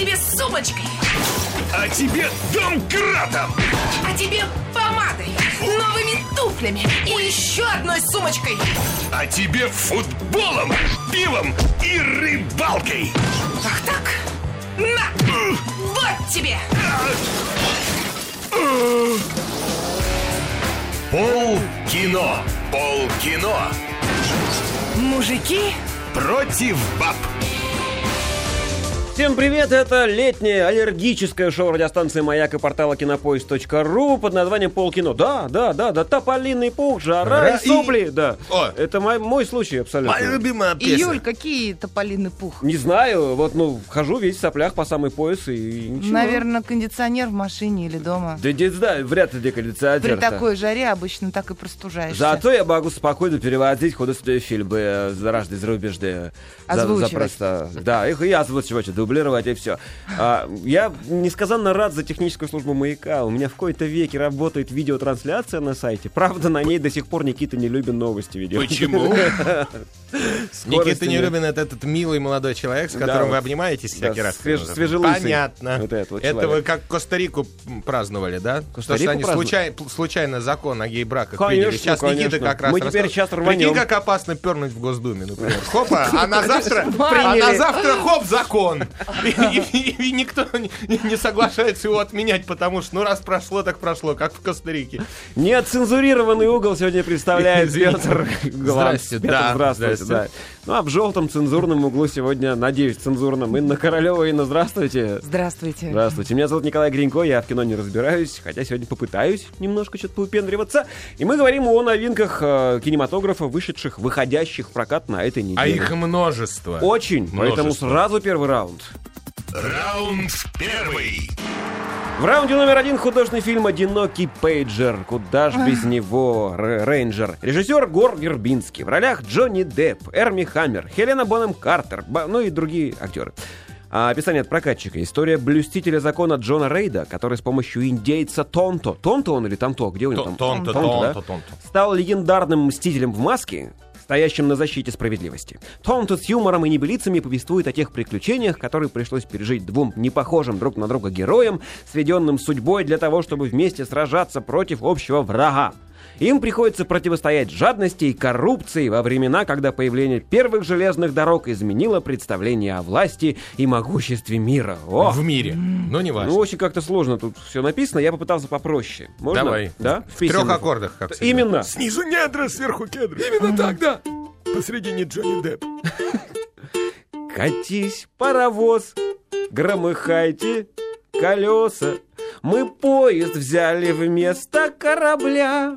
тебе сумочкой. А тебе домкратом. А тебе помадой, новыми туфлями и еще одной сумочкой. А тебе футболом, пивом и рыбалкой. Ах так? На! Вот тебе! Полкино. Полкино. Мужики Против баб. Всем привет, это летнее аллергическое шоу радиостанции «Маяк» и портала кинопоиск.ру под названием «Полкино». Да, тополиный пух, жара и сопли, да. Это мой случай абсолютно. Моя любимая песня. Июль, какие тополиный пух? Не знаю, вот, хожу весь в соплях по самый пояс и ничего. Наверное, кондиционер в машине или дома. Да, вряд ли где кондиционер. При такой жаре обычно так и простужаешься. Зато я могу спокойно переводить художественные фильмы разные зарубежные. Озвучивать. Да, их и озвучивать, дублировать, и все. Я несказанно рад за техническую службу «Маяка». У меня в кои-то веке работает видеотрансляция на сайте. Правда, на ней до сих пор Никита Нелюбин новости ведет. Почему? Никита Нелюбин — это этот милый молодой человек, с которым вы обнимаетесь всякий раз. Свежелысый. Понятно. Вот этот это вы как Коста-Рику праздновали, да? Коста-Рику они случайно закон о гей-браках конечно, приняли. Сейчас конечно. Никита как раз Мы теперь сейчас рванем. Прикинь, как опасно пернуть в Госдуме, например. Хопа, а на завтра хоп, закон. И никто не соглашается его отменять, потому что, раз прошло, так прошло, как в Коста-Рике. Неоцензурированный угол сегодня представляет Петр Гланс. Здрасте, Петр, да. здравствуйте. Да. Ну, а в желтом цензурном углу сегодня, надеюсь, цензурном, Инна Королева. Инна, здравствуйте. Здравствуйте. Здравствуйте. Меня зовут Николай Гринько, я в кино не разбираюсь, хотя сегодня попытаюсь немножко что-то поупендриваться. И мы говорим о новинках кинематографа, выходящих в прокат на этой неделе. А их множество. Очень, поэтому сразу первый раунд. Раунд первый. В раунде номер 1 художественный фильм «Одинокий пейджер». Куда ж без него, рейнджер. Режиссер Гор Вербинский. В ролях Джонни Депп, Эрми Хаммер, Хелена Бонем Картер, ну и другие актеры. Описание от прокатчика. История блюстителя закона Джона Рейда, который с помощью индейца Тонто. Тонто он или Танто? Где у него там? Тонто. Стал легендарным мстителем в маске, стоящим на защите справедливости. Тонто с юмором и небылицами повествует о тех приключениях, которые пришлось пережить двум непохожим друг на друга героям, сведенным судьбой для того, чтобы вместе сражаться против общего врага. Им приходится противостоять жадности и коррупции во времена, когда появление первых железных дорог изменило представление о власти и могуществе мира. В мире, но не важно. Ну, очень как-то сложно тут все написано, я попытался попроще. Можно? Давай. Да? В 3 аккордах, как всегда. Именно. Снизу недра, сверху кедры. Именно так, да. Посредине Джонни Депп. Катись, паровоз, громыхайте колеса. Мы поезд взяли вместо корабля.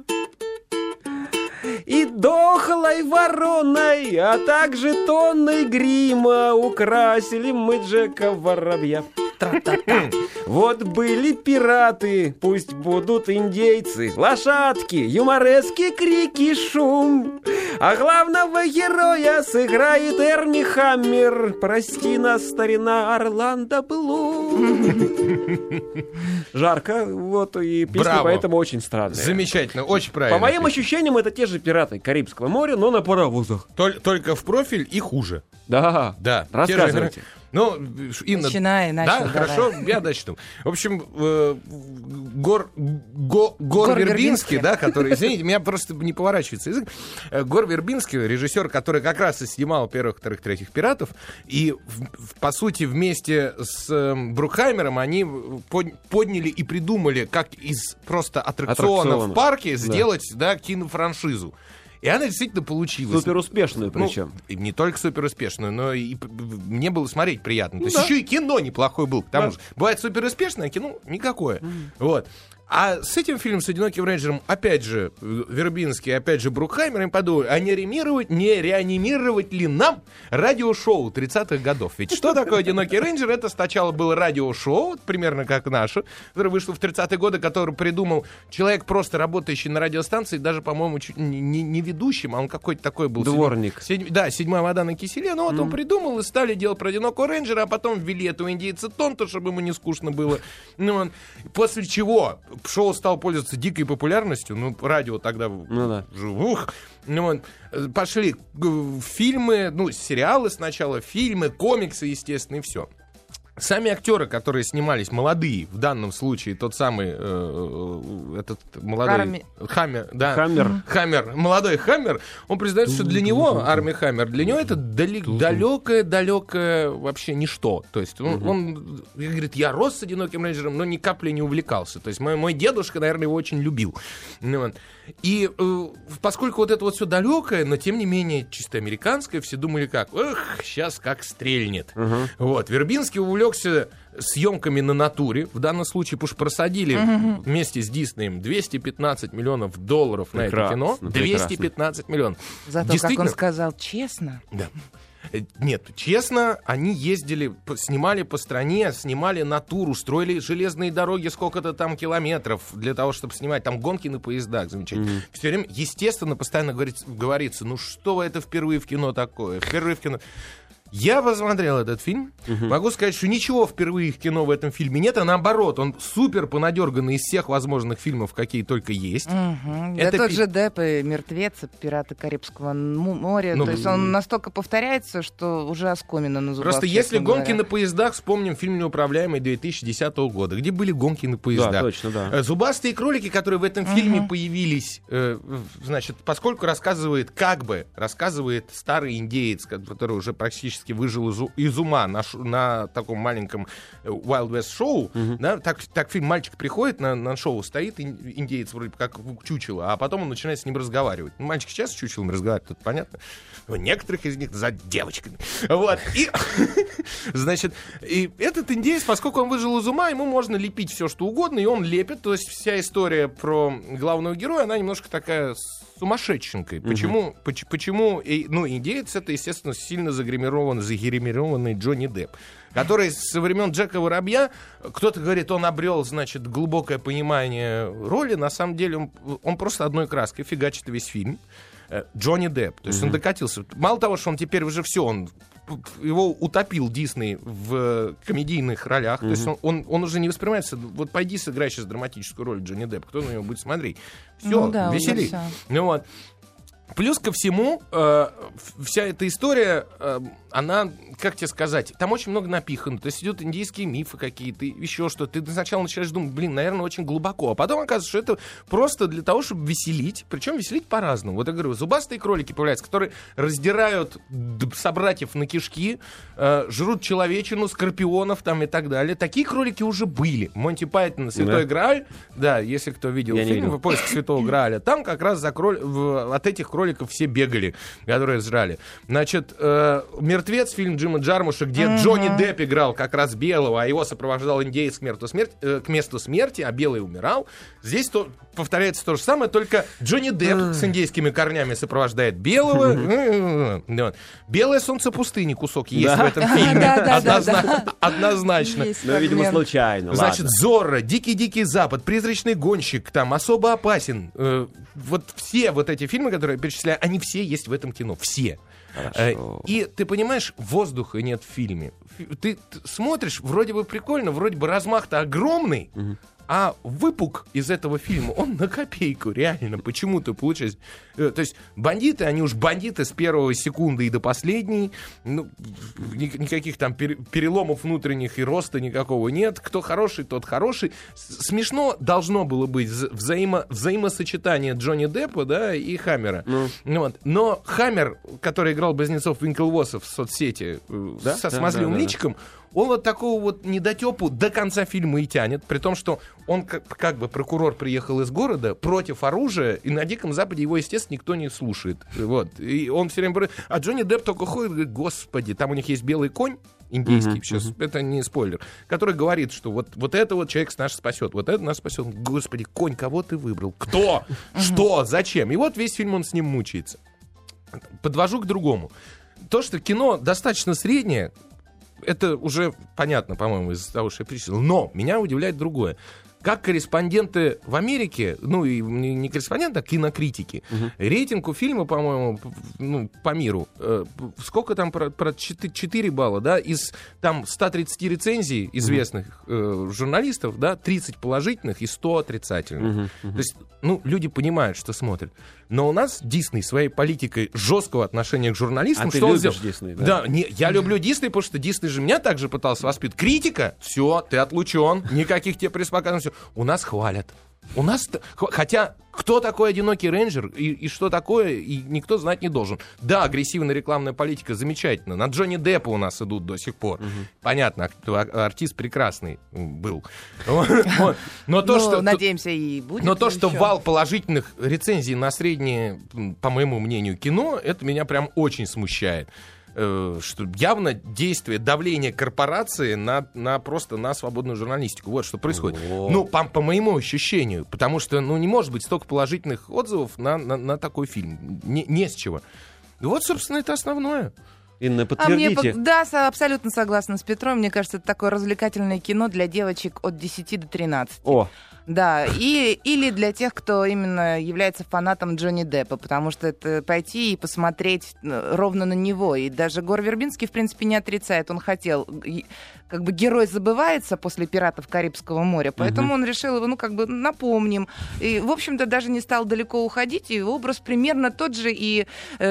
И дохлой вороной, а также тонной грима украсили мы Джека Воробья. Тра-та-та. Вот были пираты, пусть будут индейцы, лошадки, юморески, крики, шум. А главного героя сыграет Эрми Хаммер. Прости нас, старина Орландо Блум. Жарко, вот, и песня Браво. поэтому очень странная. Замечательно, очень правильно. По моим ощущениям, это те же пираты Карибского моря, но на паровозах. Только в профиль и хуже. Да, Да. рассказывайте. Ну, Инна... Начинай, Да, давай. хорошо, я начну. В общем, Гор Вербинский, да, который... Извините, меня просто не поворачивается язык. Гор Вербинский, режиссер, который как раз и снимал первых, вторых, третьих «Пиратов», и, по сути, вместе с Брукхаймером они подняли и придумали, как из просто аттракционов в парке сделать, да, кинофраншизу. И она действительно получилась. Супер успешную причем. Ну, не только супер успешную, но и мне было смотреть приятно. То есть еще и кино неплохое было. Потому что бывает супер успешное, а кино никакое. Вот. А с этим фильмом, с «Одиноким рейнджером», опять же, Вербинский, опять же, Брукхаймер, им подумали, а не реанимировать ли нам радиошоу 30-х годов? Ведь что такое «Одинокий рейнджер»? Это сначала было радиошоу, примерно как наше, которое вышло в 30-е годы, которое придумал человек, просто работающий на радиостанции, даже, по-моему, не ведущим, а он какой-то такой был. Дворник. Седьмая вода на киселе. Ну вот он придумал, и стали делать про «Одинокого рейнджера», а потом ввели этого индейца Тонто, чтобы ему не скучно было. Ну, после чего шоу стало пользоваться дикой популярностью. Ну, радио тогда пошли фильмы, сериалы сначала, фильмы, комиксы, естественно, и все. Сами актеры, которые снимались, молодые, в данном случае тот самый этот молодой Хаммер, молодой Хаммер, он признается, что для него армия Хаммер, для него это далекое вообще ничто. То есть он говорит, я рос с одиноким рейнджером, но ни капли не увлекался. То есть мой дедушка, наверное, его очень любил. И поскольку вот это вот все далекое, но тем не менее чисто американское, все думали как, сейчас как стрельнет. Вот, Вербинский увлекся съемками на натуре, в данном случае, потому что просадили вместе с Диснеем $215 миллионов на это кино. 215 миллионов. Зато, как он сказал, честно. Да. Нет, честно, они ездили, снимали по стране, снимали натуру, строили железные дороги, сколько-то там километров для того, чтобы снимать там гонки на поездах, замечательно. Все время, естественно, постоянно говорится, ну что это впервые в кино такое, впервые в кино... Я посмотрел этот фильм. Могу сказать, что ничего впервые в кино в этом фильме нет, а наоборот, он супер понадерганный из всех возможных фильмов, какие только есть. Это тот же Депп и «Мертвец», «Пираты Карибского моря». То есть он настолько повторяется, что уже оскомина на зубах. Просто если гонки на поездах, вспомним фильм «Неуправляемый» 2010 года, где были гонки на поездах. Да, точно, да. Зубастые кролики, которые в этом фильме появились, значит, поскольку рассказывает старый индеец, который уже практически выжил из ума на таком маленьком Wild West шоу, да, так фильм «Мальчик приходит на шоу, стоит индеец вроде как чучело, а потом он начинает с ним разговаривать. Мальчик сейчас с чучелом разговаривает, тут понятно. У некоторых из них за девочками. Вот. И, значит, и этот индеец, поскольку он выжил из ума, ему можно лепить все, что угодно, и он лепит. То есть вся история про главного героя, она немножко такая сумасшедшенькой. Почему? Индеец — это, естественно, сильно загримированный Джонни Депп, который со времен Джека Воробья, кто-то говорит, он обрел, значит, глубокое понимание роли, на самом деле он просто одной краской фигачит весь фильм. Джонни Депп, то есть он докатился. Мало того, что он теперь уже его утопил Дисней в комедийных ролях, то есть он уже не воспринимается, вот пойди сыграй сейчас драматическую роль Джонни Депп, кто на него будет смотреть? Все, весели. Вот. Плюс ко всему, вся эта история, она, как тебе сказать, там очень много напихано. То есть идут индийские мифы какие-то, еще что-то. Ты сначала начинаешь думать, наверное, очень глубоко. А потом оказывается, что это просто для того, чтобы веселить. Причем веселить по-разному. Вот я говорю, зубастые кролики появляются, которые раздирают собратьев на кишки, жрут человечину, скорпионов там и так далее. Такие кролики уже были. Монти Пайтон, Святой Грааль, да, если кто видел фильм «В поиске Святого Грааля», там как раз от этих кроликов все бегали, которые сжрали. Значит, «Мертвец», фильм Джима Джармуша, где Джонни Депп играл как раз белого, а его сопровождал индеец к месту смерти, а белый умирал. Здесь повторяется то же самое, только Джонни Депп с индейскими корнями сопровождает белого. «Белое солнце пустыни» кусок есть в этом фильме. Однозначно. Но, видимо, случайно. Значит, «Зорро», «Дикий-дикий Запад», «Призрачный гонщик», там «Особо опасен». Вот все вот эти фильмы, которые я перечисляю, они все есть в этом кино. Все. И ты понимаешь, воздуха нет в фильме. Ты смотришь, вроде бы прикольно, вроде бы размах-то огромный, а выпук из этого фильма, он на копейку, реально, почему-то получается. То есть бандиты, они уж бандиты с первой секунды и до последней. Никаких там переломов внутренних и роста никакого нет. Кто хороший, тот хороший. Смешно должно было быть взаимосочетание Джонни Деппа, да, и Хаммера. Вот. Но Хаммер, который играл близнецов Винклвоссов в соцсети со смазливым личиком, он вот такого вот недотепу до конца фильма и тянет, при том, что он как бы прокурор приехал из города против оружия, и на Диком Западе его, естественно, никто не слушает. Вот. И он все время говорит, а Джонни Депп только ходит и говорит, господи, там у них есть белый конь индийский, сейчас, это не спойлер, который говорит, что вот это вот человек нас спасет, вот это нас спасет. Господи, конь, кого ты выбрал? Кто? Что? Зачем? И вот весь фильм он с ним мучается. Подвожу к другому. То, что кино достаточно среднее, это уже понятно, по-моему, из того, что я перечислил. Но меня удивляет другое. как корреспонденты в Америке, ну и не корреспонденты, а кинокритики, рейтинг у фильма, по-моему, ну, по миру, сколько там, про 4 балла, да, из там 130 рецензий известных журналистов, да, 30 положительных и 100 отрицательных. То есть, ну, люди понимают, что смотрят. Но у нас Дисней своей политикой жесткого отношения к журналистам... А ты что любишь Дисней, да? Да, я люблю Дисней, потому что Дисней же меня также пытался воспитать. Критика, все, ты отлучен, никаких тебе пресс-показаний, все. У нас хвалят. У нас, хотя, кто такой одинокий рейнджер и что такое, и никто знать не должен. Да, агрессивная рекламная политика замечательна. На Джонни Деппа у нас идут до сих пор. Понятно, артист прекрасный был. Но то, что... Надеемся, и будет. Но то, что вал положительных рецензий на среднее, по моему мнению, кино, это меня прям очень смущает. Что явно действие, давление корпорации на просто на свободную журналистику. Вот что происходит. Ну, по моему ощущению. Потому что, ну, не может быть столько положительных отзывов на такой фильм. Не с чего. Вот, собственно, это основное. Инна, подтвердите. Да, абсолютно согласна с Петром. Мне кажется, это такое развлекательное кино для девочек от 10 до 13. О. Да, или для тех, кто именно является фанатом Джонни Деппа, потому что это пойти и посмотреть ровно на него. И даже Гор Вербинский, в принципе, не отрицает. Он хотел, как бы герой забывается после «Пиратов Карибского моря», поэтому он решил его, ну, как бы напомним. И, в общем-то, даже не стал далеко уходить, и образ примерно тот же, и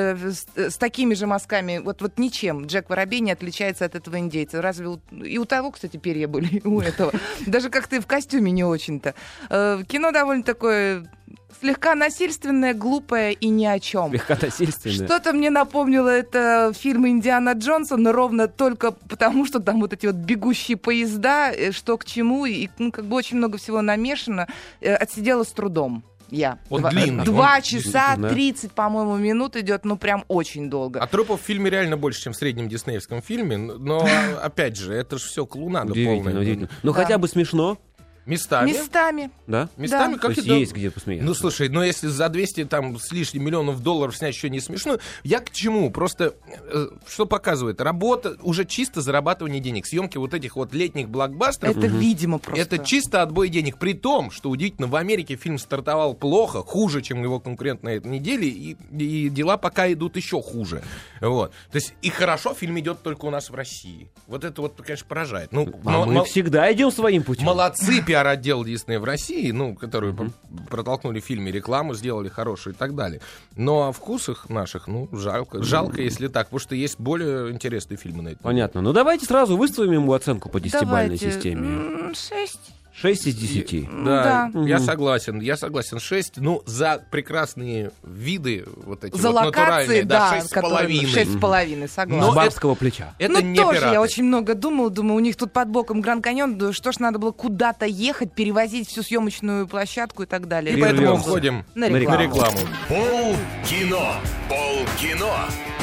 с такими же мазками, вот ничем Джек Воробей не отличается от этого индейца. Разве и у того, кстати, перья были, у этого. Даже как-то и в костюме не очень-то. Кино довольно такое слегка насильственное, глупое и ни о чем. Слегка насильственное. Что-то мне напомнило это фильм «Индиана Джонса», но ровно только потому, что там вот эти вот бегущие поезда, что к чему, и ну, как бы очень много всего намешано. Отсидела с трудом. Он длинный. 2 часа 30, по-моему, минут идет, ну прям очень долго. А трупов в фильме реально больше, чем в среднем диснеевском фильме, но опять же, это же все клоунада полная. Удивительно. Ну хотя бы смешно. Местами. Да? Местами, Да. как То есть и есть где посмеяться. Ну, слушай, но если за 200 там с лишним миллионов долларов снять еще не смешно, я к чему? Просто что показывает? Работа, уже чисто зарабатывание денег. Съемки вот этих вот летних блокбастеров. Это видимо просто. Это чисто отбой денег. При том, что удивительно, в Америке фильм стартовал плохо, хуже, чем его конкурент на этой неделе, и дела пока идут еще хуже. Вот. То есть и хорошо фильм идет только у нас в России. Вот это вот, конечно, поражает. Ну, мы всегда идем своим путем. Молодцы, пиар-отдел Диснея в России, ну, которые протолкнули в фильме рекламу, сделали хорошую и так далее. Но о вкусах наших, ну, жалко. Жалко, если так, потому что есть более интересные фильмы на это. Понятно. Ну, давайте сразу выставим ему оценку по 10-бальной Давайте. системе. 6. 6 из 10. Да, Да. я согласен. 6. Ну, за прекрасные виды, вот эти За вот локации, натуральные, да, 6,5. 6,5, согласна. Но С барского плеча. Это ну, не тоже пираты. я очень много думаю, у них тут под боком Гранд Каньон, да что ж надо было куда-то ехать, перевозить всю съемочную площадку и так далее. И поэтому Прервемся. уходим на на рекламу. рекламу. Полкино. Полкино.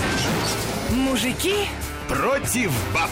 Мужики Против баб.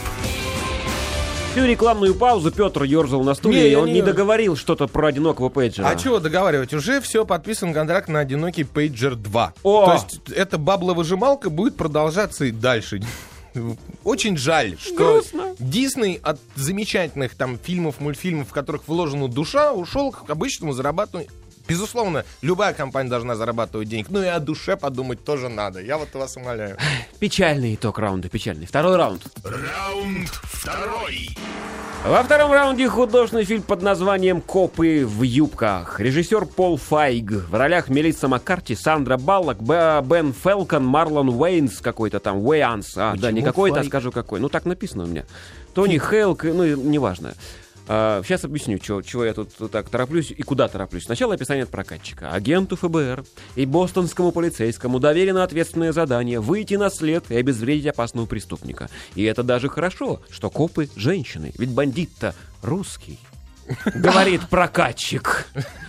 Всю рекламную паузу Петр ерзал на стуле, Не, и я он не не ерзал. договорил что-то про одинокого пейджера. А чего договаривать? Уже все, подписан контракт на одинокий Пейджер 2. О! То есть эта бабловыжималка будет продолжаться и дальше. Очень жаль, что Грустно. Дисней от замечательных там фильмов, мультфильмов, в которых вложена душа, ушел к обычному зарабатыванию. Безусловно, любая компания должна зарабатывать денег, но и о душе подумать тоже надо. Я вот вас умоляю. Печальный итог раунда, печальный. Второй раунд. Раунд второй. Во втором раунде художественный фильм под названием «Копы в юбках». Режиссер Пол Файг. В ролях Мелисса Маккарти, Сандра Баллок, Бен Фелкон, Марлон Уэйнс какой-то там, Уэйанс. Да, не какой-то, а Файг? скажу какой. Ну, так написано у меня. Тони Хейлк, ну, неважно. Сейчас объясню, чего я тут так тороплюсь и куда тороплюсь. Сначала описание от прокатчика. Агенту ФБР и бостонскому полицейскому доверено ответственное задание выйти на след и обезвредить опасного преступника. И это даже хорошо, что копы — женщины, ведь бандит-то русский, говорит прокатчик.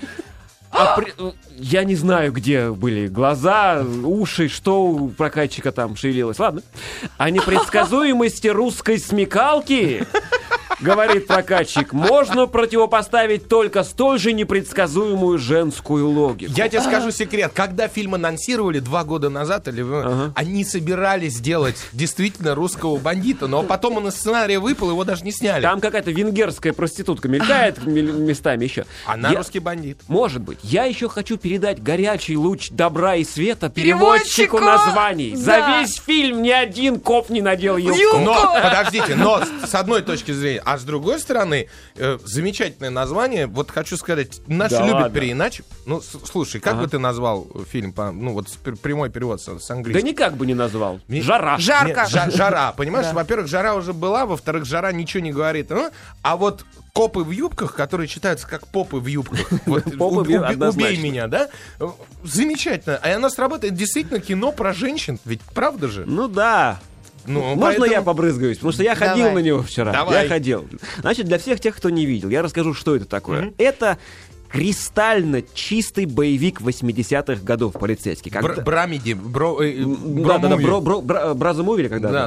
Я не знаю, где были глаза, уши, что у прокатчика там шевелилось. Ладно. О непредсказуемости русской смекалки говорит прокатчик, можно противопоставить только столь же непредсказуемую женскую логику. Я тебе скажу секрет. Когда фильм анонсировали 2 года назад, они собирались сделать действительно русского бандита, но потом он из сценария выпал, его даже не сняли. Там какая-то венгерская проститутка мелькает местами еще. Она русский бандит. Может быть. Я еще хочу передать горячий луч добра и света переводчику названий. За весь фильм ни один коп не надел юбку. Но, подождите, но с одной точки зрения, а с другой стороны, замечательное название, вот хочу сказать, наши любят переиначить. Ну, слушай, как бы ты назвал фильм, прямой перевод с английского? Да никак бы не назвал. Жара. Жарко. Жара, понимаешь? Во-первых, жара уже была, во-вторых, жара ничего не говорит. А вот копы в юбках, которые читаются как попы в юбках. Убей меня, да? Замечательно. А оно сработает действительно кино про женщин. Ведь правда же? Ну да. Можно поэтому... я побрызгаюсь? Потому что я ходил на него вчера. Давай. Я ходил. Значит, для всех тех, кто не видел, я расскажу, что это такое. Это кристально чистый боевик 80-х годов полицейский. Брамиди, Браза-муви, когда?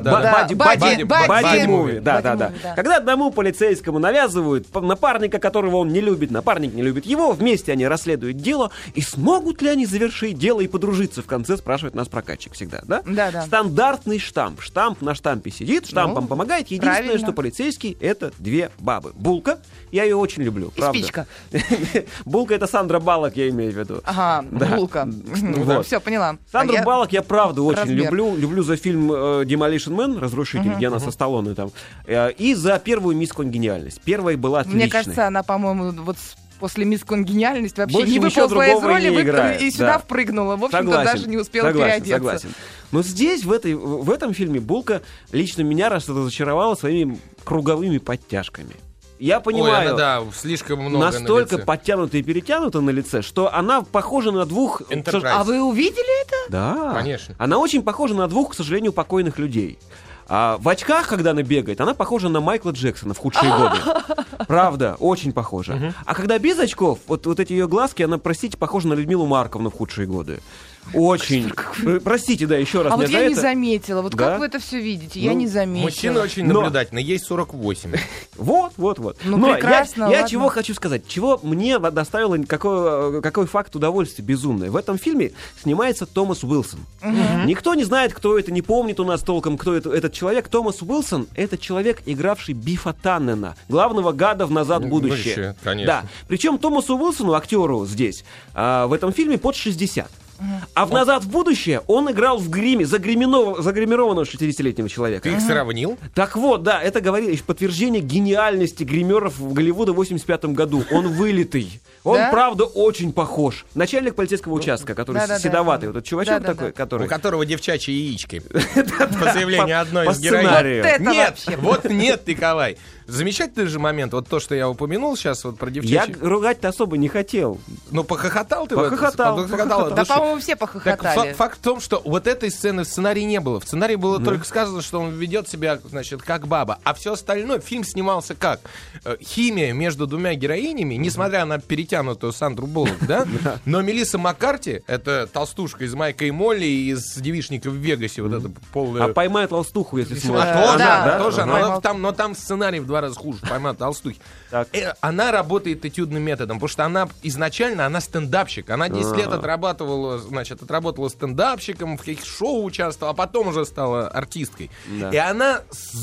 Бади-муви. Да. Когда одному полицейскому навязывают напарника, которого он не любит, напарник не любит его, вместе они расследуют дело, и смогут ли они завершить дело и подружиться в конце, спрашивает нас прокатчик всегда, да? Да. Стандартный штамп. Штамп на штампе сидит, штампом помогает. Единственное, правильно. что полицейский — это 2 бабы. Булка, я ее очень люблю, правда. Спичка. Булка — это Сандра Баллок, я имею в виду. Ага, Да. булка. Вот. Все, поняла. Сандру А Баллок я правда очень размер. люблю. Люблю за фильм «Demolition Man», «Разрушитель», где она со Сталлоне там. И за первую «Мисс Конгениальность». Первая была отличной. Мне кажется, она, по-моему, вот после «Мисс Конгениальность» вообще Больше не ничего выползла из другого и роли не играет. и сюда Да. впрыгнула. В общем-то, Согласен. даже не успела переодеться. Согласен. Но здесь, в этом фильме, Булка лично меня разочаровала своими круговыми подтяжками. Я понимаю, Ой, она, слишком много настолько на лице. подтянута и перетянута на лице, что она похожа на 2... Enterprise. А вы увидели это? Да. Конечно. Она очень похожа на 2, к сожалению, покойных людей. А в очках, когда она бегает, она похожа на Майкла Джексона в худшие годы. Правда, очень похожа. А когда без очков, вот эти ее глазки, она, простите, похожа на Людмилу Марковну в худшие годы. Очень. Простите, да, еще раз. А вот меня я за не это- заметила. Вот Да? как вы это все видите? Я не заметила. Мужчина очень Но- наблюдательный, ей 48. Вот. Ну, Но прекрасно, я ладно. чего хочу сказать, чего мне доставило какой факт удовольствия безумное. В этом фильме снимается Томас Уилсон. Никто не знает, кто это, не помнит у нас толком, кто этот человек. Томас Уилсон — это человек, игравший Бифа Таннена, главного гада в «Назад в будущее». Будущее, конечно. Да. Причем Томасу Уилсону, актеру здесь, в этом фильме под 60. А в «Назад в будущее» он играл в гриме загримированного 60-летнего человека. Ты их сравнил? Так вот, да, это говорит подтверждение гениальности гримеров в Голливуда в 85 году. Он вылитый. Он, Да? правда, очень похож. Начальник полицейского участка, который Да-да-да. седоватый. Вот этот чувачок Да-да-да. такой, который... У которого девчачьи яички. По заявлению одной по из героинь. сценарию. Вот это Нет, вообще. вот нет, Николай. Замечательный же момент. Вот то, что я упомянул сейчас вот про Я девчачьи. ругать-то особо не хотел. Ну, похохотал ты? Похохотал, от похохотал. души? Да, по-моему, все Так похохотали. факт в том, что вот этой сцены в сценарии не было. В сценарии было только сказано, что он ведет себя, значит, как баба. А все остальное, фильм снимался как? Химия между 2 героинями, несмотря на перетянутую Сандру Буллок, да? Но Мелисса Маккарти, это толстушка из «Майка и Молли» и из «Девичника в Вегасе», вот это полная... А поймает толстуху, если сможет. Тоже, Да. тоже. Ага. Но там сценарий в 2 раза хуже. Поймал толстухи. Так. Она работает этюдным методом, потому что она изначально стендапщик. Она 10 лет отработала стендапщиком, в каких шоу участвовала, а потом уже стала артисткой. Да. И она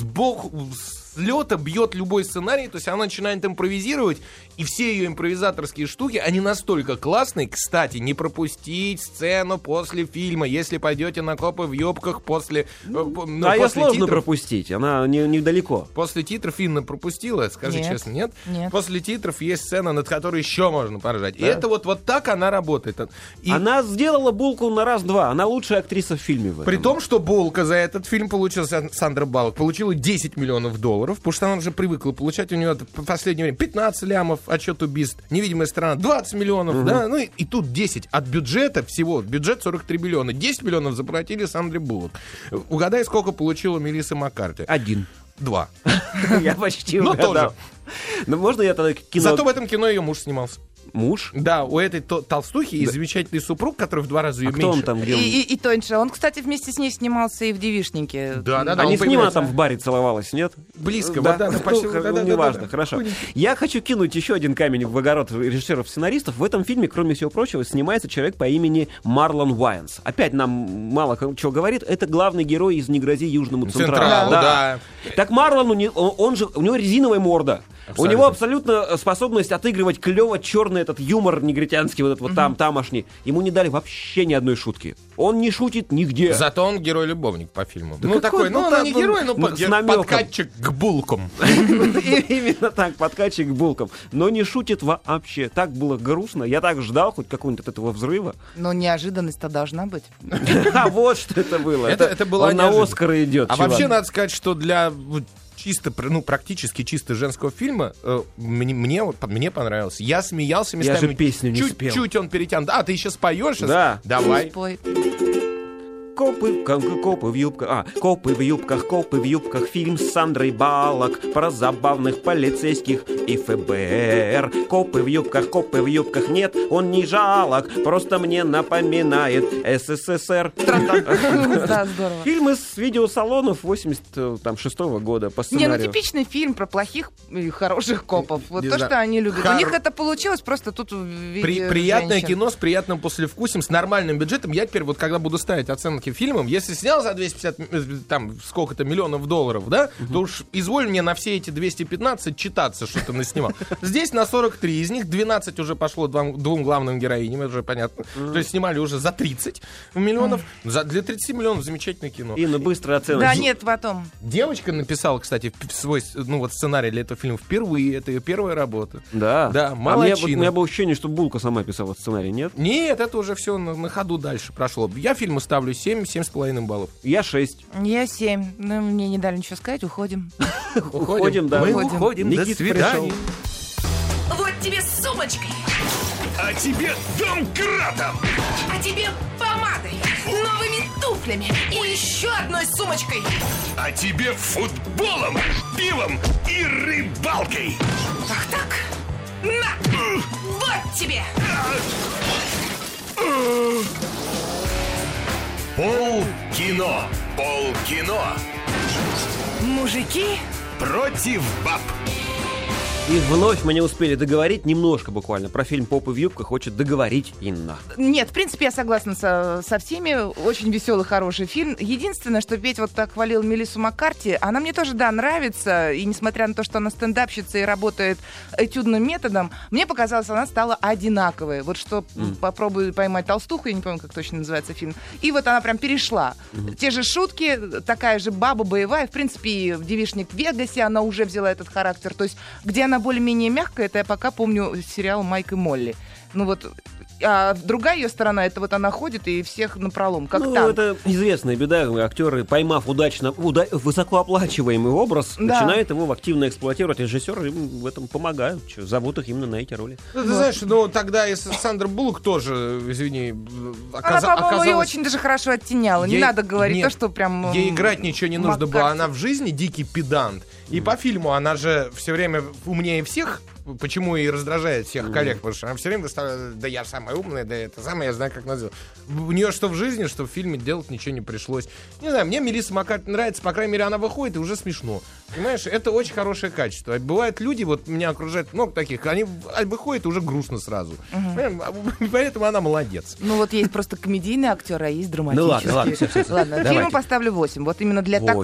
с лета бьет любой сценарий, то есть она начинает импровизировать, и все ее импровизаторские штуки, они настолько классные. Кстати, не пропустить сцену после фильма, если пойдете на копы в юбках после... А ее после сложно титров. пропустить, она недалеко. После титров Инна пропустила, скажи Нет. честно, нет? Нет. После титров есть сцена, над которой еще можно поржать. И это вот так она работает. И Она сделала Булку на раз-два. Она лучшая актриса в фильме в этом. при том, что Булка за этот фильм получила, Сандра Баллок, получила $10 миллионов, потому что она уже привыкла получать, у нее в последнее время 15 лямов, отчет убийств, «Невидимая сторона» 20 миллионов, да, ну и тут 10 от бюджета всего, бюджет 43 миллиона, 10 миллионов заплатили Сандре Буллок. Угадай, сколько получила Мелисса Маккарти? 1. 2. Я почти Ну, угадал. тоже. Ну, можно я тогда кино... Зато в этом кино ее муж снимался. муж. Да, у этой толстухи есть замечательный супруг, который в 2 раза ее А кто он меньше. там? Где он? И тоньше. Он, кстати, вместе с ней снимался и в «Девичнике». Да, А не он с ним она появляется. там в баре целовалась, нет? Близко, Да, вот, да, ну, почти, ну, да, неважно, да. хорошо. Я хочу кинуть еще один камень в огород режиссеров-сценаристов. В этом фильме, кроме всего прочего, снимается человек по имени Марлон Уайанс. Опять нам мало чего говорит. Это главный герой из «Не грози Южному Централу». Централу, да. Так Марлон, у него резиновая морда. Абсолютно. У него абсолютно способность отыгрывать клево черный этот юмор негритянский, вот этот вот тамошний. Ему не дали вообще ни одной шутки. Он не шутит нигде. Зато он герой-любовник по фильму. Да ну, какой, такой, ну, ну, он там, не герой, но с намеком. подкатчик к булкам. Именно так, подкачик к булкам. Но не шутит вообще. Так было грустно. Я так ждал хоть какого-нибудь от этого взрыва. Но неожиданность-то должна быть. А вот что это было. Это было он на неожиданно. Оскара идет. А чувак. вообще, надо сказать, что для чисто, ну, практически чисто женского фильма мне понравился. Я смеялся Я местами. же песню не спел. Чуть-чуть он перетянут. А, ты еще споешь? Да. Давай. Спой. Копы в юбках, копы в юбках, фильм с Сандрой Баллок про забавных полицейских и ФБР. Копы в юбках, нет, он не жалок, просто мне напоминает СССР. Да, здорово. Фильм из видеосалонов 86-го года по Не, сценарию. ну типичный фильм про плохих и хороших копов. Вот Не то, знаю. что они любят. Хор- У них это получилось просто тут в виде Приятное женщин. кино с приятным послевкусием, с нормальным бюджетом. Я теперь вот, когда буду ставить оценки фильмам, если снял за 250, там, сколько-то миллионов долларов, да, то уж изволь мне на все эти 215 читаться, что ты наснимал. Здесь на 43, из них 12 уже пошло двум главным героиням, это уже понятно. То есть снимали уже за 30 миллионов. Для 30 миллионов замечательное кино. Инна, быстро оценочка. Да, нет, потом. Девочка написала, кстати, свой, ну, вот сценарий для этого фильма впервые. Это ее первая работа. Да. Да, А молодчина. у меня было ощущение, что Булка сама писала сценарий, нет? Нет, это уже все на ходу дальше прошло. Я фильму ставлю 7,5 баллов. Я 6. Я 7. Ну, мне не дали ничего сказать, уходим. Уходим, да. Мы Уходим. уходим. До Никита свидания. Вот тебе с сумочкой, А тебе домкратом. а тебе помадой, новыми туфлями и еще одной сумочкой. А тебе футболом, пивом и рыбалкой. Ах так? На! Вот тебе! Полкино. Полкино. Мужики, Против баб. И вновь мы не успели договорить, немножко буквально, про фильм «Попы в юбках» хочет договорить Инна. Нет, в принципе, я согласна со всеми. Очень веселый, хороший фильм. Единственное, что Петя вот так хвалил Мелиссу Маккарти, она мне тоже, да, нравится. И несмотря на то, что она стендапщица и работает этюдным методом, мне показалось, она стала одинаковой. Вот что «Попробуй поймать толстуху», я не помню, как точно называется фильм. И вот она прям перешла. Те же шутки, такая же баба боевая. В принципе, и в «Девичник в Вегасе» она уже взяла этот характер. То есть, где она более-менее мягкая, это я пока помню сериал «Майк и Молли». Ну вот, а другая ее сторона, это вот она ходит и всех напролом, как Ну, танк. это известная беда. Актеры, поймав удачно высокооплачиваемый образ, Да. начинают его активно эксплуатировать. Режиссеры им в этом помогают. Чё, зовут их именно на эти роли. Ну, ты знаешь, ну тогда и Сандра Буллок тоже, извини, Она, по-моему, ее очень даже хорошо оттеняла. Не Ей- надо говорить нет, то, что прям... Ей играть ничего не нужно было. Маккарти. Она в жизни дикий педант. И по фильму она же все время умнее всех. Почему и раздражает всех коллег, потому что она все время выставляет, да я самая умная, да это самое, я знаю, как надо. У нее что в жизни, что в фильме делать ничего не пришлось. Не знаю, мне Мелисса Маккарти нравится, по крайней мере, она выходит и уже смешно. Понимаешь, это очень хорошее качество. Бывают люди, вот меня окружает много таких, они выходят и уже грустно сразу. Поэтому она молодец. Ну вот есть просто комедийные актеры, а есть Ну драматические. ладно, все. Ладно, Давайте. фильму поставлю 8. Вот именно для 8.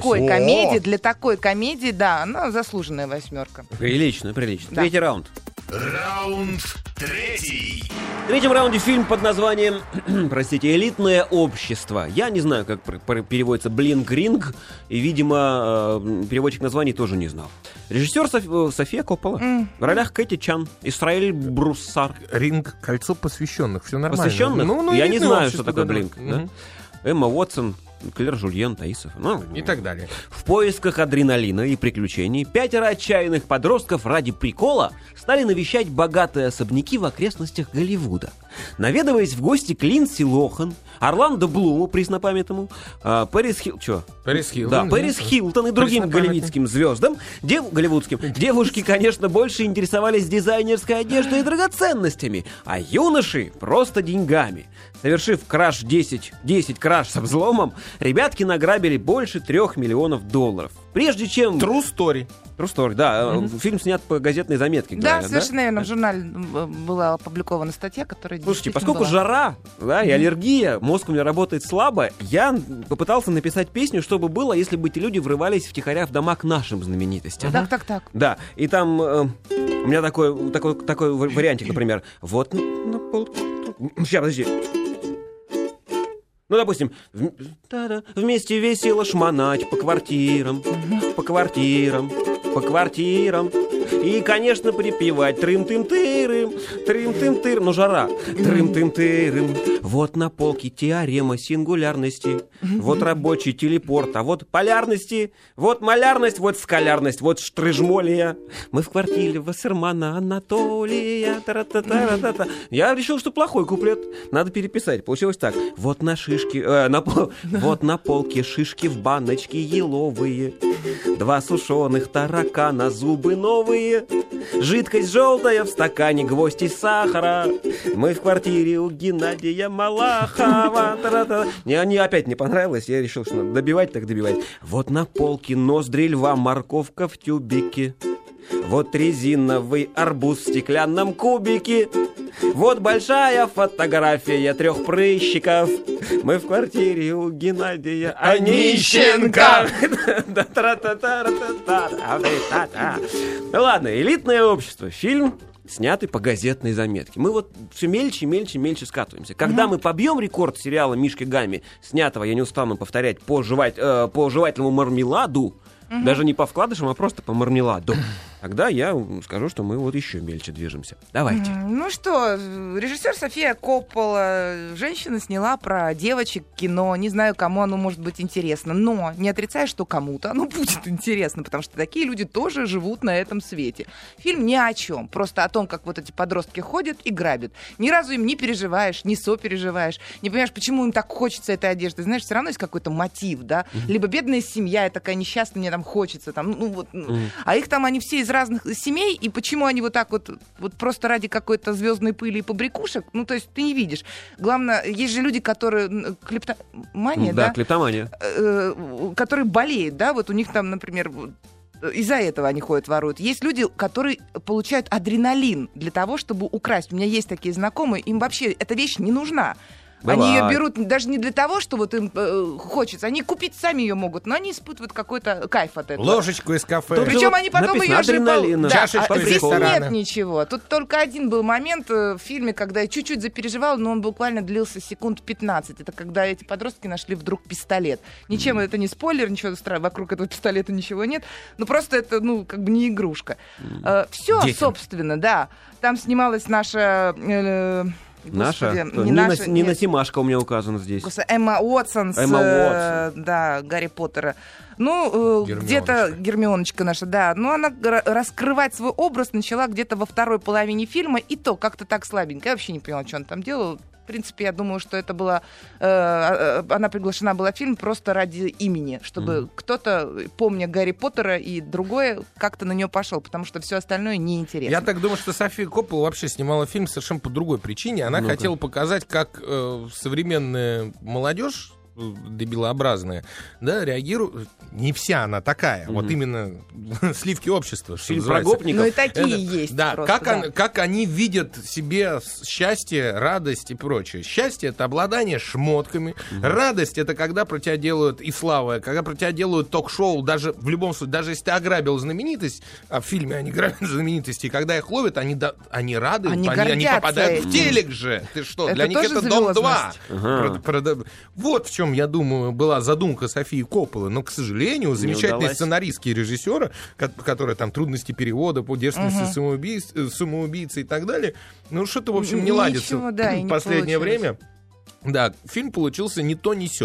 такой комедии, да, она заслуженная 8. Прилично. Да. Третий раунд. Раунд третий. В третьем раунде фильм под названием, простите, «Элитное общество». Я не знаю, как переводится «Блинк-ринг», и, видимо, переводчик названий тоже не знал. Режиссер София Коппола. В ролях Кэти Чан, Исраэль Бруссар. Ринг, кольцо посвященных, все нормально. Посвященных? Ну, Я не элитное знаю, общество, что такое да. «Блинк». Мгм. Да? Эмма Уотсон, Клэр Жульен, Таисов. Ну, И так далее. в поисках адреналина и приключений 5 отчаянных подростков ради прикола стали навещать богатые особняки в окрестностях Голливуда. наведываясь в гости к Линдси Лохан, Орландо Блуму, преснопамятному, Пэрис Хилтон. Пэрис Хилтон. Да, Пэрис Хилтон и другим голливудским звездам, голливудским, девушки, конечно, больше интересовались дизайнерской одеждой и драгоценностями, а юноши просто деньгами. Совершив краж 10 краж со взломом, ребятки награбили больше $3 миллионов. Прежде чем... True story. True story, да. Фильм снят по газетной заметке, Да, говорят, совершенно верно. В журнале была опубликована статья, которая Слушайте, действительно поскольку была. жара, да, и аллергия, мозг у меня работает слабо, я попытался написать песню, чтобы было, если бы эти люди врывались втихаря в дома к нашим знаменитостям. Так. Да, и там у меня такой вариантик, например. Вот на пол... Сейчас, подожди. Ну, допустим, вместе весело шмонать по квартирам, и, конечно, припевать трым-тым-тырым, трым-тым-тырым, ну, жара, трым-тым-тырым. Вот на полке теорема сингулярности, вот рабочий телепорт, а вот полярности, вот малярность, вот скалярность, вот штрыжмолия. Мы в квартире Вассермана Анатолия. Та-ра-та-та-ра-та-та. Я решил, что плохой куплет, надо переписать. Получилось так. Вот на вот на полке шишки в баночке еловые, 2 сушеных таракана, зубы новые, жидкость желтая в стакане, гвоздь из сахара. Мы в квартире у Геннадия Малахова. Мне опять не понравилось, я решил, что надо добивать, так добивать. Вот на полке ноздри льва, морковка в тюбике, вот резиновый арбуз в стеклянном кубике, вот большая фотография 3 прыщиков. Мы в квартире у Геннадия Онищенко. Ну ладно, «Элитное общество». Фильм, снятый по газетной заметке. Мы вот все мельче скатываемся. Когда мы побьем рекорд сериала Мишки Гамми, снятого, я не устану повторять, по жевательному мармеладу, даже не по вкладышам, а просто по мармеладу, тогда я скажу, что мы вот еще мельче движемся. Давайте. Ну что, режиссер София Коппола, женщина, сняла про девочек кино. Не знаю, кому оно может быть интересно, но не отрицаю, что кому-то оно будет интересно, потому что такие люди тоже живут на этом свете. Фильм ни о чем, просто о том, как вот эти подростки ходят и грабят. Ни разу им не переживаешь, не сопереживаешь, не понимаешь, почему им так хочется этой одежды. Знаешь, все равно есть какой-то мотив, да? Либо бедная семья, такая несчастная, мне там хочется, там, а их там они все из разных семей, и почему они вот так вот просто ради какой-то звездной пыли и побрякушек, то есть ты не видишь. Главное, есть же люди, которые клептомания, да? Да, клептомания. Которые болеют, да, вот у них там, например, из-за этого они ходят, воруют. Есть люди, которые получают адреналин для того, чтобы украсть. У меня есть такие знакомые, им вообще эта вещь не нужна. Бывает. Они ее берут даже не для того, что вот им хочется. Они купить сами ее могут, но они испытывают какой-то кайф от этого. Ложечку из кафе. Причем они потом ее же... Адреналин, чашечку из здесь ресторана. нет ничего. Тут только один был момент в фильме, когда я чуть-чуть запереживала, но он буквально длился секунд 15. Это когда эти подростки нашли вдруг пистолет. Ничем это не спойлер, ничего вокруг этого пистолета ничего нет. Ну просто это, как бы не игрушка. Все, собственно, да. Там снималась наша... Наша? Господи, Нина Симашко у меня указана здесь. Эмма Уотсон с да, Гарри Поттера. Где-то Гермионочка наша, да. Она раскрывать свой образ начала где-то во второй половине фильма, и то как-то так слабенько. Я вообще не поняла, что она там делала. В принципе, я думаю, что это было... она приглашена была в фильм просто ради имени, чтобы кто-то, помня Гарри Поттера и другое, как-то на нее пошел, потому что все остальное неинтересно. Я так думаю, что София Коппола вообще снимала фильм совершенно по другой причине. Она хотела показать, как современная молодежь, дебилообразная, да, реагирует. Не вся она такая. Вот именно сливки общества. Фильм про гопников. Ну и такие есть. Да, просто, как они видят в себе счастье, радость и прочее. Счастье — это обладание шмотками. Радость — это когда про тебя делают, и слава, когда про тебя делают ток-шоу, даже в любом случае, даже если ты ограбил знаменитость, а в фильме они грабят знаменитости, и когда их ловят, они рады, они попадают в телек же. Ты что, для них это Дом-2. Вот в чем, я думаю, была задумка Софии Копполы. Но, к сожалению, замечательные сценаристские режиссеры, которые там трудности перевода, по девственности самоубийцы и так далее, что-то, в общем, не ладится в последнее время. Да, фильм получился не то, ни сё.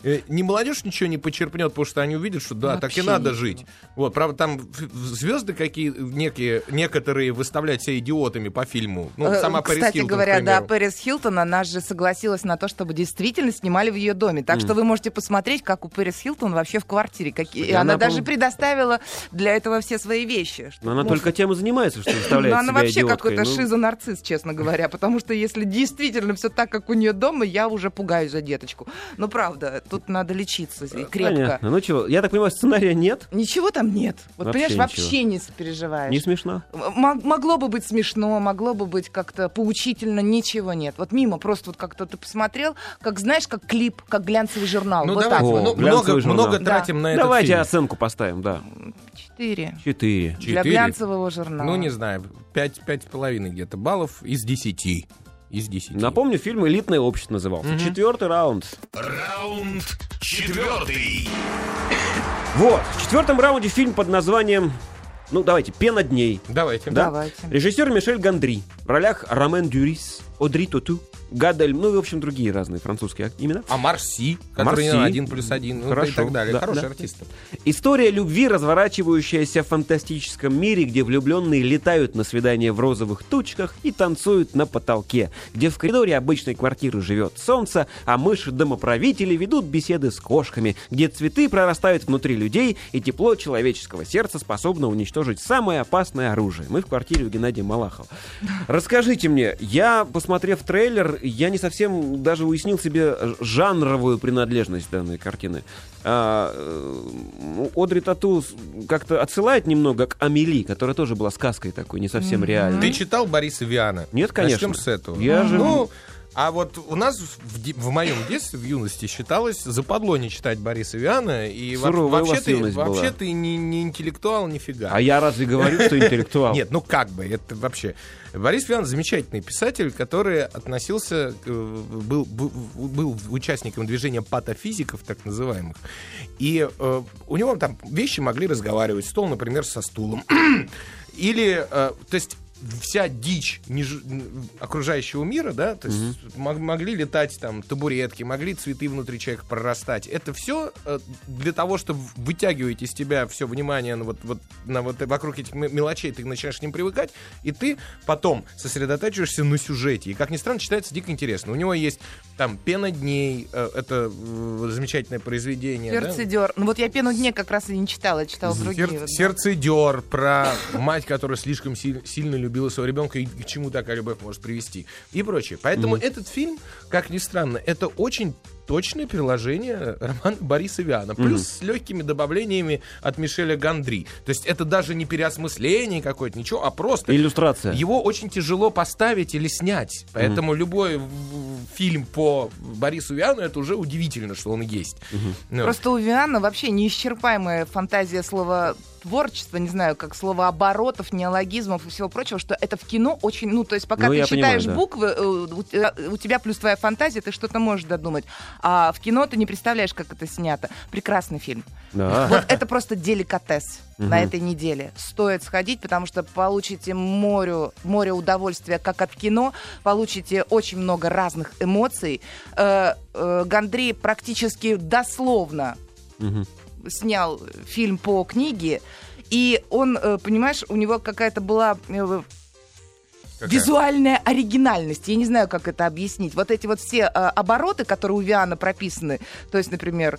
ни молодежь ничего не почерпнет, потому что они увидят, что да, так и надо жить. Вот, правда, там звезды некоторые выставлять себя идиотами по фильму. Ну, сама Пэрис Кстати Хилтон, говоря, к примеру. да, Пэрис Хилтон, она же согласилась на то, чтобы действительно снимали в ее доме. Так что вы можете посмотреть, как у Пэрис Хилтон вообще в квартире. И она даже предоставила для этого все свои вещи. Но она только тем и занимается, что выставляет себя она вообще идиоткой. какой-то шизо-нарцисс, честно говоря. Потому что если действительно все так, как у нее дома, я уже пугаюсь за деточку. Ну, правда, тут надо лечиться крепко. Понятно. Ну чего, я так понимаю, сценария нет? Ничего там нет. Вот, Вообще понимаешь, ничего. вообще не сопереживаешь. Не смешно? Могло бы быть смешно, могло бы быть как-то поучительно, ничего нет. Вот мимо просто вот как-то ты посмотрел, как, знаешь, как клип, как глянцевый журнал. Ну, вот давайте, так вот. глянцевый журнал. много Да. тратим на этот Давайте фильм. оценку поставим, да. 4. 4. Для 4? глянцевого журнала. Ну, не знаю, 5,5 где-то баллов из 10. Из 10. Напомню, фильм «Элитное общество» назывался. 4-й раунд. Раунд 4. Вот, в 4-м раунде фильм под названием, ну, давайте, «Пена дней». Давайте. Да? Давайте. Режиссер Мишель Гондри. В ролях Ромен Дюрис, Одри Тоту, Гадель, ну и, в общем, другие разные французские имена. Амар Си, который Амар Си. 1+1, ну, Хорошо, и так далее. да, Хороший да. артист. История любви, разворачивающаяся в фантастическом мире, где влюбленные летают на свидание в розовых тучках и танцуют на потолке, где в коридоре обычной квартиры живет солнце, а мыши-домоправители ведут беседы с кошками, где цветы прорастают внутри людей, и тепло человеческого сердца способно уничтожить самое опасное оружие. Мы в квартире у Геннадия Малахова. Расскажите мне, я, посмотрев трейлер, я не совсем даже уяснил себе жанровую принадлежность данной картины. Одри Тоту как-то отсылает немного к Амели, которая тоже была сказкой такой, не совсем реальной. Ты читал Бориса Виана? Нет, конечно. Начнем с этого. Я же- Ну, а вот у нас в моем детстве, в юности, считалось западло не читать Бориса Виана. И Суровая у вас вообще, юность была. вообще ты не интеллектуал, нифига. А я разве говорю, что интеллектуал? Нет, ну как бы, это вообще... Борис Виан замечательный писатель, который относился, был участником движения патофизиков, так называемых. И у него там вещи могли разговаривать, стол, например, со стулом. Или, то есть... Вся дичь окружающего мира, да, то есть могли летать там табуретки, могли цветы внутри человека прорастать. Это все для того, чтобы вытягивать из тебя все внимание вокруг этих мелочей, ты начинаешь к ним привыкать, и ты потом сосредотачиваешься на сюжете. И, как ни странно, читается дико интересно. У него есть там «Пена дней», это замечательное произведение. «Сердцедер». Ну вот я «Пену дней» как раз и не читала, я читала другие. вот, да. «Сердцедер», про мать, которая слишком сильно любила своего ребенка и к чему такая любовь может привести и прочее. Поэтому этот фильм, как ни странно, это очень точное переложение романа Бориса Виана. Плюс с легкими добавлениями от Мишеля Гондри. То есть это даже не переосмысление какое-то, ничего, а просто... Иллюстрация. Его очень тяжело поставить или снять. Поэтому любой фильм по Борису Виану, это уже удивительно, что он есть. Ну. Просто у Виана вообще неисчерпаемая фантазия слова творчества, не знаю, как слово оборотов, неологизмов и всего прочего, что это в кино очень... Ну, то есть пока ты я читаешь понимаю, да. буквы, у тебя плюс твоя фантазия, ты что-то можешь додумать. А в кино ты не представляешь, как это снято. Прекрасный фильм. Да. Вот это просто деликатес на этой неделе. Стоит сходить, потому что получите море удовольствия, как от кино, получите очень много разных эмоций. Гондри практически дословно снял фильм по книге, и он, понимаешь, у него какая-то была... визуальная оригинальность. Я не знаю, как это объяснить. Вот эти вот все обороты, которые у Виана прописаны, то есть, например,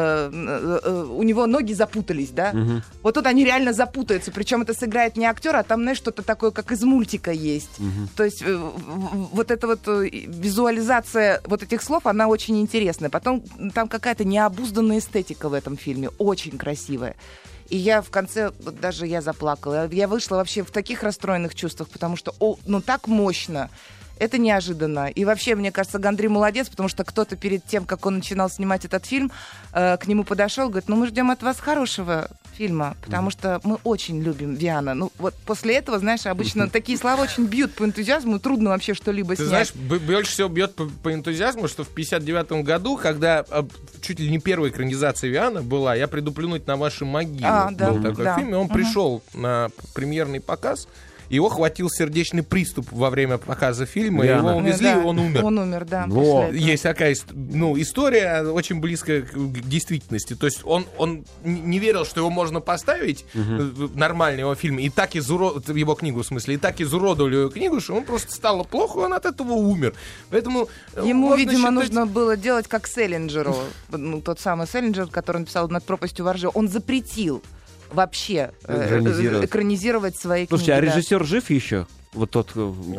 у него ноги запутались, да? Вот тут они реально запутаются. Причем это сыграет не актер, а там, знаешь, что-то такое, как из мультика есть. То есть вот эта вот визуализация вот этих слов, она очень интересная. Потом там какая-то необузданная эстетика в этом фильме. Очень красивая. И я в конце, вот даже я заплакала. Я вышла вообще в таких расстроенных чувствах, потому что, ну так мощно. Это неожиданно. И вообще, мне кажется, Гондри молодец, потому что кто-то перед тем, как он начинал снимать этот фильм, к нему подошел, говорит, ну мы ждем от вас хорошего фильма, потому что мы очень любим Виана. Ну вот после этого, знаешь, обычно такие слова очень бьют по энтузиазму, и трудно вообще что-либо Ты снять. знаешь, больше всего бьет по энтузиазму, что в 59-м году, когда чуть ли не первая экранизация Виана была, «Я приду плюнуть на ваши могилы», Да, был такой да. фильм, и он пришел на премьерный показ, его хватил сердечный приступ во время показа фильма, Диана. его увезли, Да, и он умер. Он умер, да. Во. после этого. Есть такая история, очень близкая к действительности. То есть он не верил, что его можно поставить, нормальный его фильм, и так его книгу, в смысле, и так изуродовали его книгу, что он просто стало плохо, и он от этого умер. Поэтому Ему, можно видимо, считать- нужно было делать как Селлинджеру. Тот самый Селлинджер, который он написал «Над пропастью во ржи». Он запретил вообще экранизировать свои Слушайте, а книги. да. режиссер жив еще? Вот тот,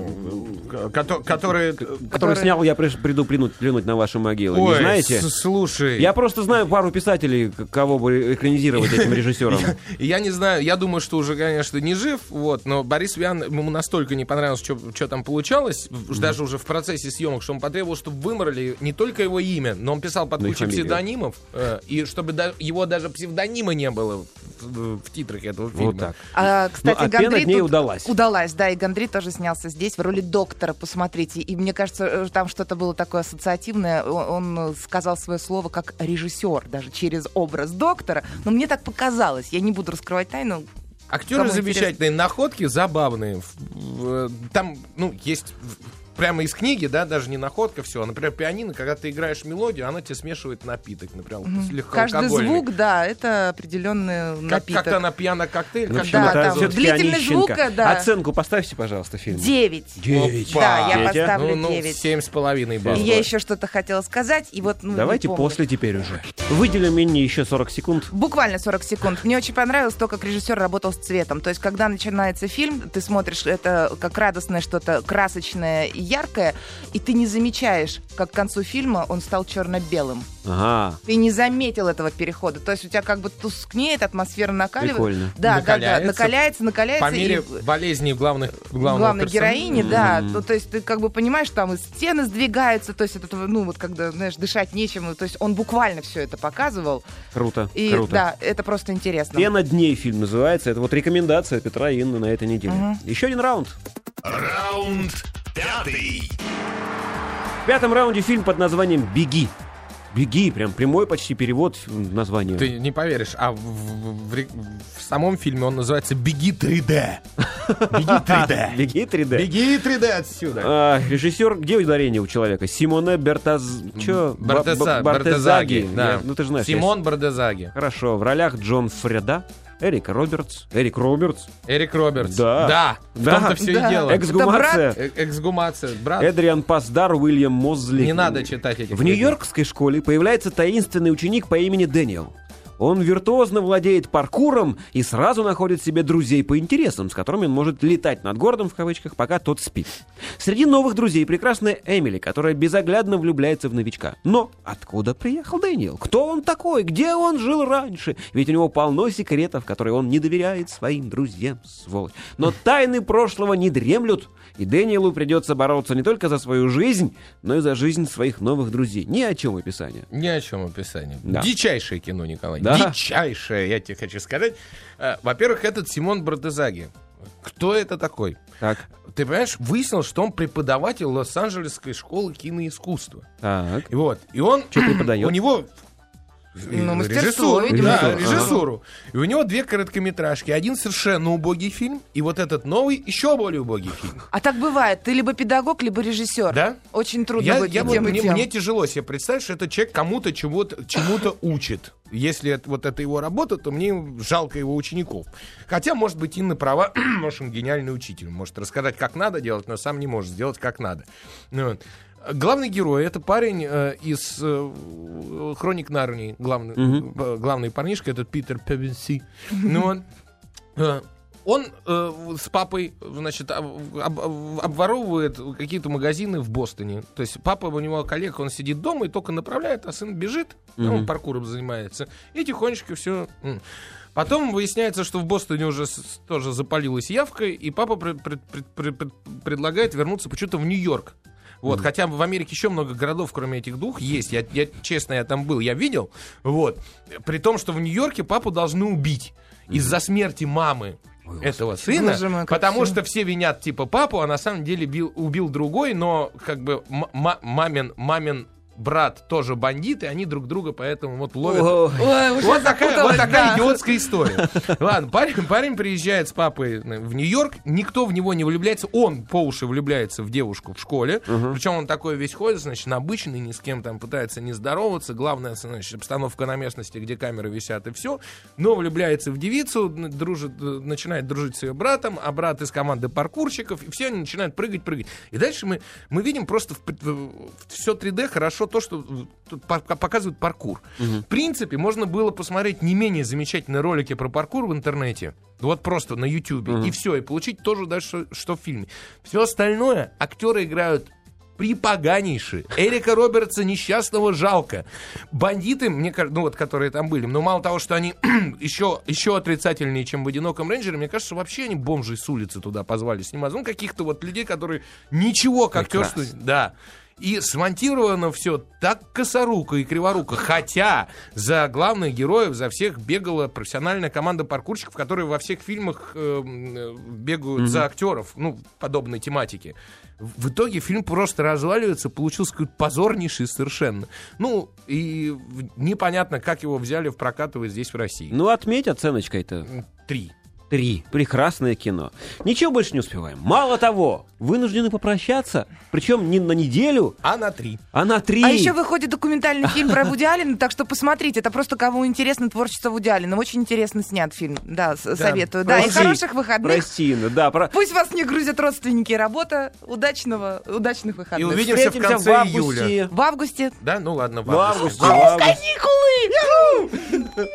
который... который снял «Я приду плюнуть на ваши могилы». Не Ой, знаете? слушай... Я просто знаю пару писателей, кого бы экранизировать этим режиссером. Я не знаю, я думаю, что уже, конечно, не жив, вот, но Борис Виан, ему настолько не понравилось, что там получалось, даже уже в процессе съемок, что он потребовал, чтобы вымрали не только его имя, но он писал под Ну и кучей фамилию. псевдонимов, и чтобы его даже псевдонима не было в титрах этого фильма. Вот так. Кстати, Ну, а «Пена Гандри дней» тут удалась. Удалась, да, и Гандри тоже снялся здесь в роли доктора, посмотрите. И мне кажется, там что-то было такое ассоциативное. Он сказал свое слово как режиссер, даже через образ доктора. Но мне так показалось. Я не буду раскрывать тайну. Актеры Кому замечательные, находки забавные. Там, есть прямо из книги, да, даже не находка, все. Например, пианино, когда ты играешь мелодию, она тебе смешивает напиток, например, Каждый легкоалкогольный. звук, да, это определенный напиток. Как-то на пьяно-коктейль. Ну, как почему? да, Это там всё-таки длительность Онищенко. звука, да. Оценку поставьте, пожалуйста, фильму. 9. 9. Да, я Петя? поставлю 9. 7,5 И баллов. я еще что-то хотела сказать, и вот... не Давайте помню. после теперь уже. Выделим мне еще 40 секунд. Буквально 40 секунд. Мне очень понравилось то, как режиссер работал с цветом. То есть, когда начинается фильм, ты смотришь это как радостное что-то красочное и яркое, и ты не замечаешь, как к концу фильма он стал черно-белым. Ага. Ты не заметил этого перехода. То есть у тебя как бы тускнеет, атмосфера накаливает. Прикольно. Да, Накаляется. накаляется. По мере и... болезней главной героини, да. Ну, то есть ты как бы понимаешь, там и стены сдвигаются, то есть это, вот когда, знаешь, дышать нечем. То есть он буквально все это показывал. Круто. И Круто. да, это просто интересно. «Пена дней» фильм называется. Это вот рекомендация Петра и Инны на этой неделе. Еще один раунд. Раунд 5. В пятом раунде фильм под названием «Беги». «Беги», прям прямой почти перевод названия. Ты не поверишь, а в самом фильме он называется «Беги 3D». «Беги 3D». «Беги 3D». «Беги 3D» отсюда. Режиссер, где ударение у человека? Симоне Бартезаги. Да. Ну ты же знаешь. Симон Бартезаги. Хорошо. В ролях Джон Фреда, Эрик Робертс. Эрик Робертс. Да. В том-то все Да. и дело. Эксгумация. Эксгумация. Брат. Эдриан Пасдар, Уильям Мозли. Не надо читать этих В людей. нью-йоркской школе появляется таинственный ученик по имени Дэниел. Он виртуозно владеет паркуром и сразу находит себе друзей по интересам, с которыми он может летать над городом, в кавычках, пока тот спит. Среди новых друзей прекрасная Эмили, которая безоглядно влюбляется в новичка. Но откуда приехал Дэниел? Кто он такой? Где он жил раньше? Ведь у него полно секретов, которые он не доверяет своим друзьям, сволочь. Но тайны прошлого не дремлют, и Дэниелу придется бороться не только за свою жизнь, но и за жизнь своих новых друзей. Ни о чем описание. Ни о чем описание. Да. Дичайшее кино, Николай. Да. Дичайшее, я тебе хочу сказать. Во-первых, этот Симон Бартезаги. Кто это такой? Так. Ты понимаешь, выяснилось, что он преподаватель Лос-Анджелесской школы киноискусства. Так. И вот, и он... Что преподает? У него... мастерство, видимо. Да, Режиссуру. режиссуру. И у него 2 короткометражки. Один совершенно убогий фильм, и вот этот новый еще более убогий фильм. А так бывает. Ты либо педагог, либо режиссер. Да? Очень трудно быть и вот, тем, и тем. мне тяжело себе представить, что этот человек кому-то чему-то учит. Если это его работа, то мне жалко его учеников. Хотя, может быть, Инна права, может, он гениальный учитель. Может рассказать, как надо делать, но сам не может сделать, как надо. Ну, вот. Главный герой — это парень из «Хроник Нарнии», главный парнишка, этот Питер Певенси. Ну, он с папой, значит, обворовывает какие-то магазины в Бостоне. То есть папа у него коллега, он сидит дома и только направляет, а сын бежит, он паркуром занимается, и тихонечко все... Потом выясняется, что в Бостоне уже тоже запалилась явка, и папа предлагает вернуться почему-то в Нью-Йорк. Вот, хотя в Америке еще много городов, кроме этих 2, есть. Я честно, я там был, я видел. Вот. При том, что в Нью-Йорке папу должны убить из-за смерти мамы этого сына, Боже мой, как потому всё. что все винят типа папу, а на самом деле убил другой, но как бы мамин брат тоже бандит, и они друг друга поэтому вот ловят. Ой, уже Вот такая запуталась, да. идиотская история. Ладно, парень приезжает с папой в Нью-Йорк, никто в него не влюбляется, он по уши влюбляется в девушку в школе, причем он такой весь ходит, значит, обычный, ни с кем там пытается не здороваться, главное, значит, обстановка на местности, где камеры висят, и все, но влюбляется в девицу, начинает дружить с ее братом, а брат из команды паркурщиков, и все они начинают прыгать. И дальше мы видим просто все 3D хорошо то, что тут показывают паркур. В принципе, можно было посмотреть не менее замечательные ролики про паркур в интернете, вот просто на Ютубе, и все, и получить тоже дальше, что в фильме. Все остальное актеры играют припоганейшие. Эрика Робертса несчастного жалко. Бандиты, мне кажется, ну вот, которые там были, но мало того, что они еще отрицательнее, чем в «Одиноком рейнджере», мне кажется, вообще они бомжей с улицы туда позвали снимать. Ну, каких-то вот людей, которые ничего к актерству... Да. И смонтировано все так косоруко и криворуко. Хотя за главных героев, за всех бегала профессиональная команда паркурщиков, которые во всех фильмах бегают за актеров, ну, подобной тематики. В итоге фильм просто разваливается, получился какой-то позорнейший совершенно. Ну, и непонятно, как его взяли в прокат вот здесь, в России. Ну, отметь оценочкой-то. 3. 3. Прекрасное кино. Ничего больше не успеваем. Мало того, вынуждены попрощаться. Причем не на неделю, А на 3. а на 3. А еще выходит документальный фильм про Вуди Аллена, так что посмотрите, это просто кому интересно творчество Вуди Аллена. Очень интересно снят фильм, да, советую. Да, и хороших выходных. Прости, да. Пусть вас не грузят родственники, работа. Удачных И выходных. увидимся в конце в июля. августе. В августе. Да, ну ладно, в В августе. августе. Каникулы!